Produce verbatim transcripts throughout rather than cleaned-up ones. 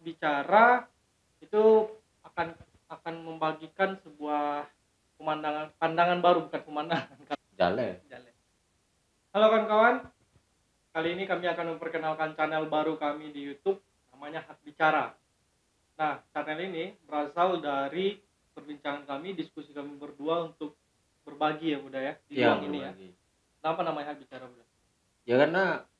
bicara itu akan akan membagikan sebuah pemandangan pandangan baru, bukan pemandangan. Jale. Jale. Halo kawan-kawan, kali ini kami akan memperkenalkan channel baru kami di YouTube, namanya Hak Bicara. Nah, channel ini berasal dari perbincangan kami, diskusi kami berdua untuk berbagi ya Buddha ya, di Ya, ruang ini ya. Kenapa namanya Hak Bicara Buddha? Ya karena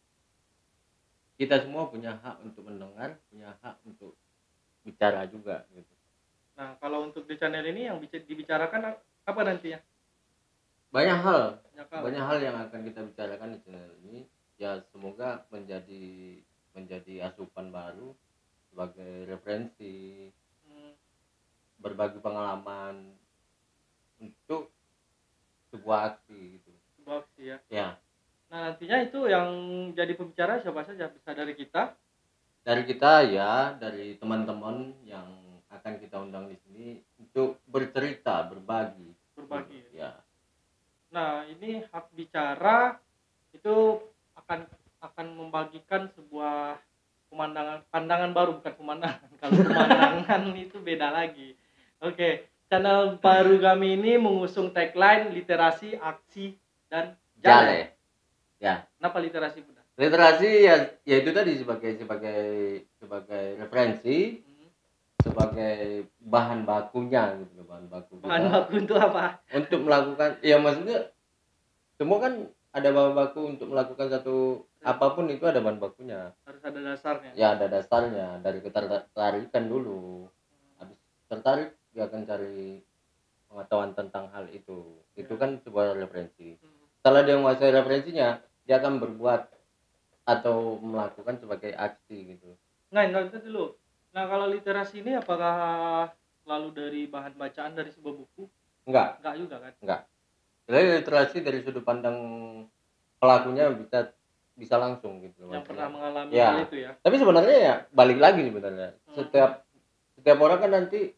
kita semua punya hak untuk mendengar, punya hak untuk bicara juga gitu. Nah, kalau untuk di channel ini yang dibicarakan apa nantinya? Banyak hal, Banyak hal. banyak hal yang akan kita bicarakan di channel ini. Ya semoga menjadi menjadi asupan baru sebagai referensi, hmm. berbagi pengalaman untuk sebuah aksi gitu. Sebuah aksi ya. Ya. Nah, nantinya itu yang jadi pembicara siapa saja? Bisa dari kita? Dari kita ya, dari teman-teman yang akan kita undang di sini untuk bercerita, berbagi. Berbagi. Ya. Nah, ini Hak Bicara itu akan akan membagikan sebuah pemandangan pandangan baru, bukan pemandangan. Kalau pemandangan itu beda lagi. Oke, channel baru kami ini mengusung tagline literasi, aksi, dan jale. Jale. Ya. Kenapa literasi Bunda? Literasi ya, ya itu tadi sebagai sebagai sebagai referensi, hmm. sebagai bahan bakunya gitu, bahan baku. Bahan baku untuk apa? Untuk melakukan, ya maksudnya semua kan ada bahan baku untuk melakukan satu apapun, itu ada bahan bakunya. Harus ada dasarnya. Ya ada dasarnya, dari ketertarikan dulu. Habis tertarik dia akan cari pengetahuan tentang hal itu. Itu ya. Kan sebuah referensi. Hmm. Setelah dia menguasai referensinya, dia akan berbuat atau melakukan sebagai aksi gitu. Nah, itu dulu. Nah, kalau literasi ini apakah selalu dari bahan bacaan dari sebuah buku? Enggak. Enggak juga kan? Enggak. Jadi literasi dari sudut pandang pelakunya bisa bisa langsung gitu. Yang pernah mengalami ya. Hal itu ya. Tapi sebenarnya ya balik lagi sebenarnya. Hmm. Setiap setiap orang kan nanti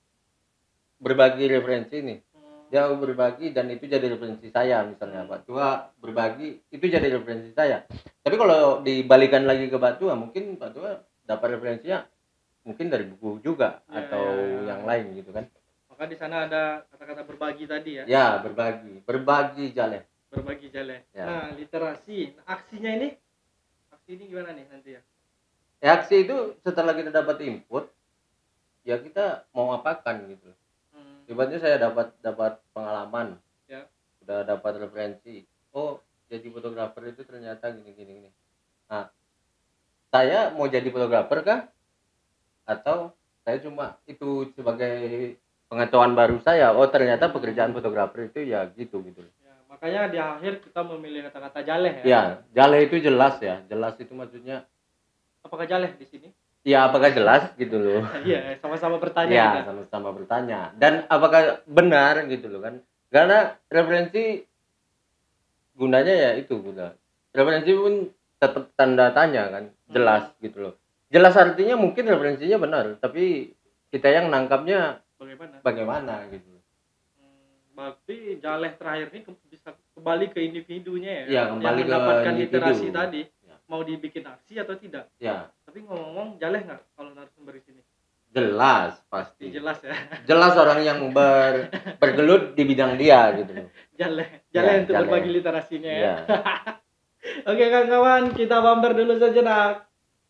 berbagi referensi nih. Dia berbagi dan itu jadi referensi saya, misalnya Pak Tua berbagi itu jadi referensi saya. Tapi kalau dibalikan lagi ke Pak Tua, mungkin Pak Tua dapat referensinya mungkin dari buku juga ya, atau ya, yang lain gitu kan. Maka di sana ada kata-kata berbagi tadi ya. Ya, berbagi, berbagi jale. Berbagi jale. Ya. Nah, literasi, nah, aksinya ini aksi ini gimana nih nanti ya? Ya, aksi itu setelah kita dapat input, ya kita mau apakan gitu. Tiba-tiba saya dapat dapat pengalaman, ya. Udah dapat referensi. Oh, jadi fotografer itu ternyata gini gini gini. Nah, saya mau jadi fotografer kah? Atau saya cuma itu sebagai pengetahuan baru saya. Oh, ternyata pekerjaan fotografer itu ya gitu gitu. Ya, makanya di akhir kita memilih kata-kata jaleh ya. Ya, jaleh itu jelas ya. Jelas itu maksudnya. Apakah jaleh di sini? Ya, apakah jelas gitu loh. Iya, sama-sama bertanya. Ya, sama-sama bertanya. Dan apakah benar gitu loh kan? Karena referensi gunanya ya itu guna. Referensi pun tetap tanda tanya kan, jelas hmm. gitu loh. Jelas artinya mungkin referensinya benar, tapi kita yang nangkapnya bagaimana? Bagaimana gitu. Hmm, berarti jaleh terakhir ini bisa kembali ke individunya ya. Ya, kembali yang mendapatkan ke literasi individu. tadi. Mau dibikin aksi atau tidak? Ya. Tapi ngomong-ngomong jaleh nggak kalau narasumber di sini? Jelas pasti. Jelas ya. Jelas orang yang ber, bergelut di bidang dia gitu. Jaleh, jaleh ya, untuk jaleh. berbagi literasinya ya. ya. Oke kawan-kawan, kita bumper dulu sejenak.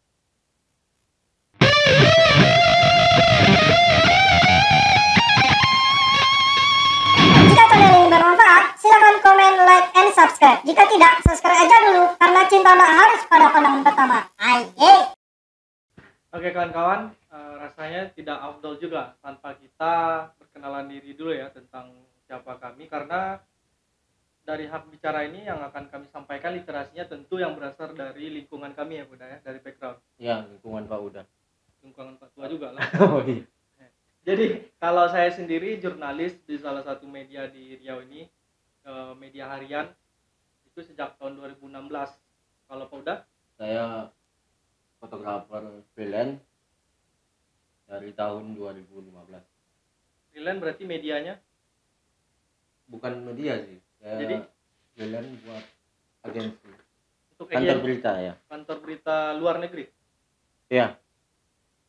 Jika channel ini bermanfaat, silakan komen, like, and subscribe. Jika tidak, subscribe aja dulu karena cinta tak harus pada pandangan pertama. Aye. Oke kawan-kawan, uh, rasanya tidak afdol juga tanpa kita berkenalan diri dulu ya tentang siapa kami, karena dari Hak Bicara ini yang akan kami sampaikan literasinya tentu yang berasal dari lingkungan kami ya Buddha ya, dari background. Ya, lingkungan Pak Uda. Lingkungan Pak Tua juga lah. Oh iya. Jadi kalau saya sendiri jurnalis di salah satu media di Riau ini, media harian, itu sejak tahun dua ribu enam belas. Kalau Pak Uda? Saya fotografer freelance dari tahun dua ribu lima belas. Freelance berarti medianya? Bukan media sih. Saya Jadi freelance buat agensi. Untuk kantor agen, berita ya. Kantor berita luar negeri? Iya.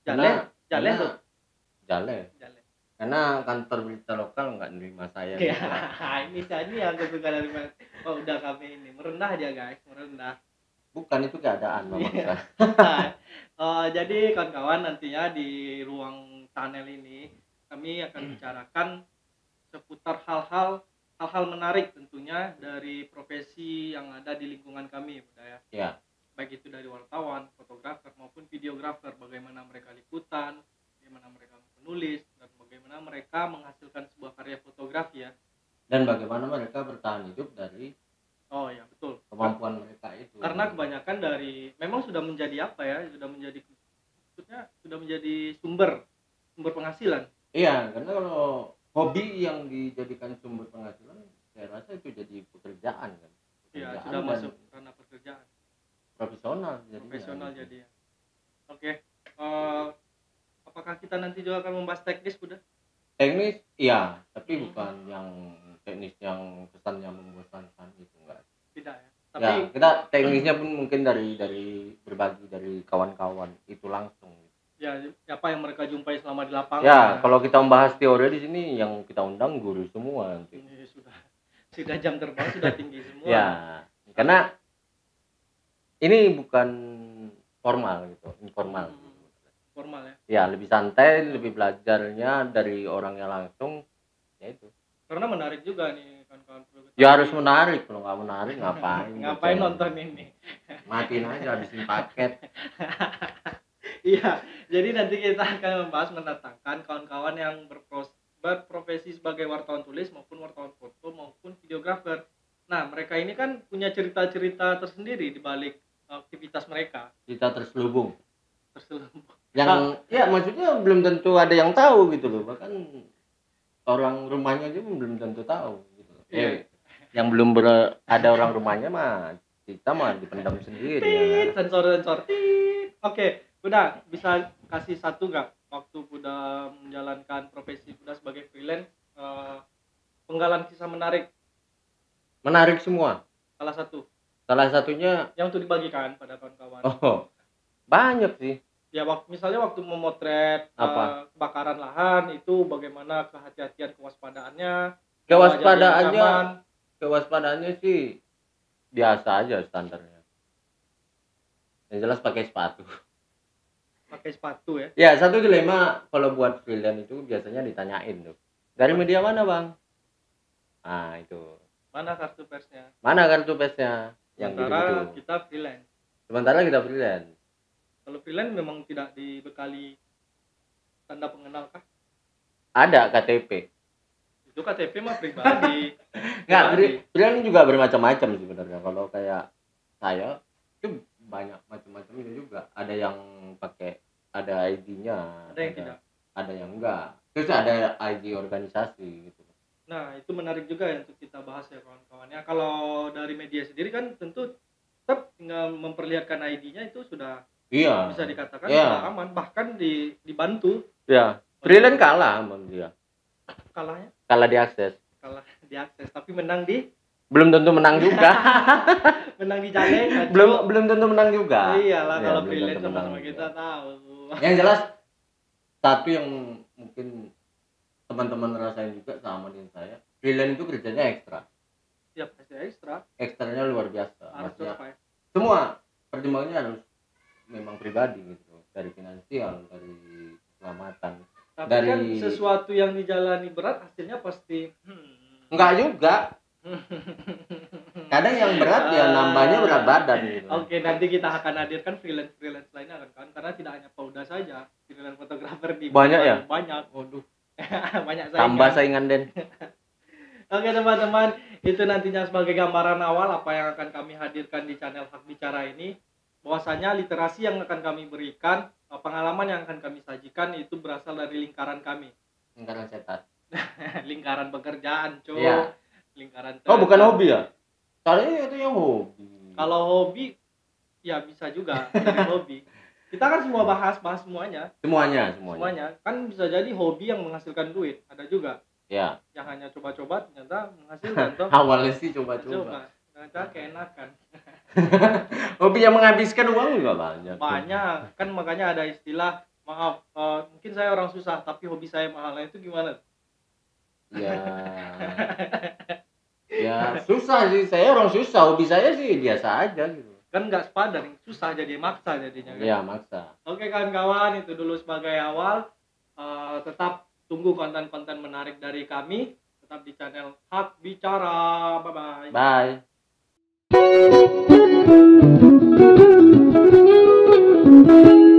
Jalen, Jalen tuh. Jalen. Jalen. Karena kantor berita lokal nggak nerima saya. Ya, ini tadi aku suka dari mana. Oh, udah kami ini merendah aja guys, merendah. Bukan itu keadaan memaksa. uh, jadi kawan-kawan nantinya di ruang tunnel ini kami akan bicarakan seputar hal-hal hal-hal menarik tentunya dari profesi yang ada di lingkungan kami, budaya. Ya. Baik itu dari wartawan, fotografer maupun videografer, bagaimana mereka liputan, bagaimana mereka menulis, dan bagaimana mereka menghasilkan sebuah karya fotografi ya. Dan bagaimana mereka bertahan hidup dari oh ya betul kemampuan mereka itu. Karena kebanyakan dari memang sudah menjadi apa ya, sudah menjadi maksudnya sudah menjadi sumber sumber penghasilan. Iya, karena kalau hobi yang dijadikan sumber penghasilan, saya rasa itu jadi pekerjaan kan. Iya, sudah masuk karena pekerjaan. Profesional jadi. Profesional ya, jadi. Ya. Oke. Uh, apakah kita nanti juga akan membahas teknis udah? Teknis, iya, tapi hmm. bukan yang teknis yang kesannya membosankan itu enggak. Tidak ya. Tapi ya, kita teknisnya pun mungkin dari dari berbagi dari kawan-kawan itu langsung. Ya, apa yang mereka jumpai selama di lapangan. Ya, ya. Kalau kita membahas teori di sini yang kita undang guru semua nanti. Ini sudah sudah jam terbang sudah tinggi semua. Ya, karena ini bukan formal gitu, informal. Hmm, formal ya. Ya, lebih santai, lebih belajarnya dari orangnya langsung, ya itu. Karena menarik juga nih kawan-kawan. Ya harus menarik, kalau nggak menarik ngapain? Ngapain nonton ini? Matiin aja, habisin paket. Iya, jadi nanti kita akan membahas mendatangkan kawan-kawan yang berpros, berprofesi sebagai wartawan tulis maupun wartawan foto maupun videografer. Nah, mereka ini kan punya cerita-cerita tersendiri di balik aktivitas mereka. Kita terselubung. Terselubung. Yang nah, ya maksudnya belum tentu ada yang tahu gitu loh. Bahkan orang rumahnya juga belum tentu tahu gitu. Iya. Eh, yang belum ber, ada orang rumahnya mah kita mah dipendam sendiri. Tit, ya. Sensor sensor. Tit. Oke, udah bisa kasih satu nggak waktu udah menjalankan profesi udah sebagai freelance uh, penggalan kisah menarik. Menarik semua. Salah satu. Salah satunya yang untuk dibagikan pada kawan-kawan. Oh, banyak sih. Ya waktu misalnya waktu memotret uh, kebakaran lahan itu bagaimana kehati-hatian kewaspadaannya. Kewaspadaannya, kewaspadaannya sih biasa aja standarnya. Yang jelas pakai sepatu. Pakai sepatu ya? Ya satu dilema kalau buat freelance itu biasanya ditanyain tuh. Dari media mana bang? Ah itu. Mana kartu persnya? Mana kartu persnya? Yang sementara gitu-gitu. kita freelance. Sementara kita freelance. Kalau freelance memang tidak dibekali tanda pengenal kah? Ada K T P. Itu K T P mah pribadi. Enggak, freelance juga bermacam-macam sebenarnya. Kalau kayak saya itu banyak macam-macamnya juga. Ada yang pakai ada I D-nya. Ada yang ada, tidak. Ada yang enggak. Terus ada I D organisasi gitu. Nah, itu menarik juga ya untuk kita bahas ya kawan-kawannya. Kalau dari media sendiri kan tentu tetap tinggal memperlihatkan I D-nya itu sudah iya. bisa dikatakan iya. sudah aman, bahkan di, dibantu. Ya, freelance kalah sama dia. Kalahnya? Kalah diakses. Kalah diakses, tapi menang di? Belum tentu menang juga. Menang di Jaleng. Belum belum tentu menang juga. Iyalah ya, kalau freelance sama-sama kita tahu. Yang jelas satu yang mungkin teman-teman rasain juga sama dengan saya, freelance itu kerjanya ekstra. Ya pasti ekstra. Ekstranya luar biasa. Harus Maksudnya, apa ya? semua pertimbangannya harus memang pribadi gitu, dari finansial, dari keselamatan. Tapi dari... kan sesuatu yang dijalani berat hasilnya pasti. Hmm. Enggak juga. Kadang yang berat ya nambahnya berat badan gitu. Oke, nanti kita akan hadirkan freelance freelance lainnya kan, karena tidak hanya Pauda saja, freelance fotografer di banyak ya. Banyak. Waduh. Banyak saingan. Tambah saingan Den. Oke teman-teman, itu nantinya sebagai gambaran awal apa yang akan kami hadirkan di channel Hak Bicara ini. Bahwasanya literasi yang akan kami berikan, pengalaman yang akan kami sajikan itu berasal dari lingkaran kami. Lingkaran setan. Lingkaran pekerjaan, cuy. Iya. Lingkaran. Oh, bukan hobi ya? Soalnya itu yang hobi. Kalau hobi, ya bisa juga dari hobi. Kita kan semua bahas-bahas semuanya. Semuanya, semuanya. Semuanya. Kan bisa jadi hobi yang menghasilkan duit, ada juga. Ya. Yang hanya coba-coba ternyata menghasilkan toh. Awalnya sih coba-coba. Coba. Ternyata keenakan. Hobi yang menghabiskan uang juga banyak. Banyak. Kan makanya ada istilah maaf, uh, mungkin saya orang susah tapi hobi saya mahal. Nah, itu gimana? Ya ya susah sih, saya orang susah, hobi saya sih biasa aja gitu kan, nggak sepadan, susah jadi maksa jadinya kan. Iya, maksa. Oke kawan-kawan, itu dulu sebagai awal. Uh, tetap tunggu konten-konten menarik dari kami, tetap di channel Hak Bicara. Bye bye. Bye.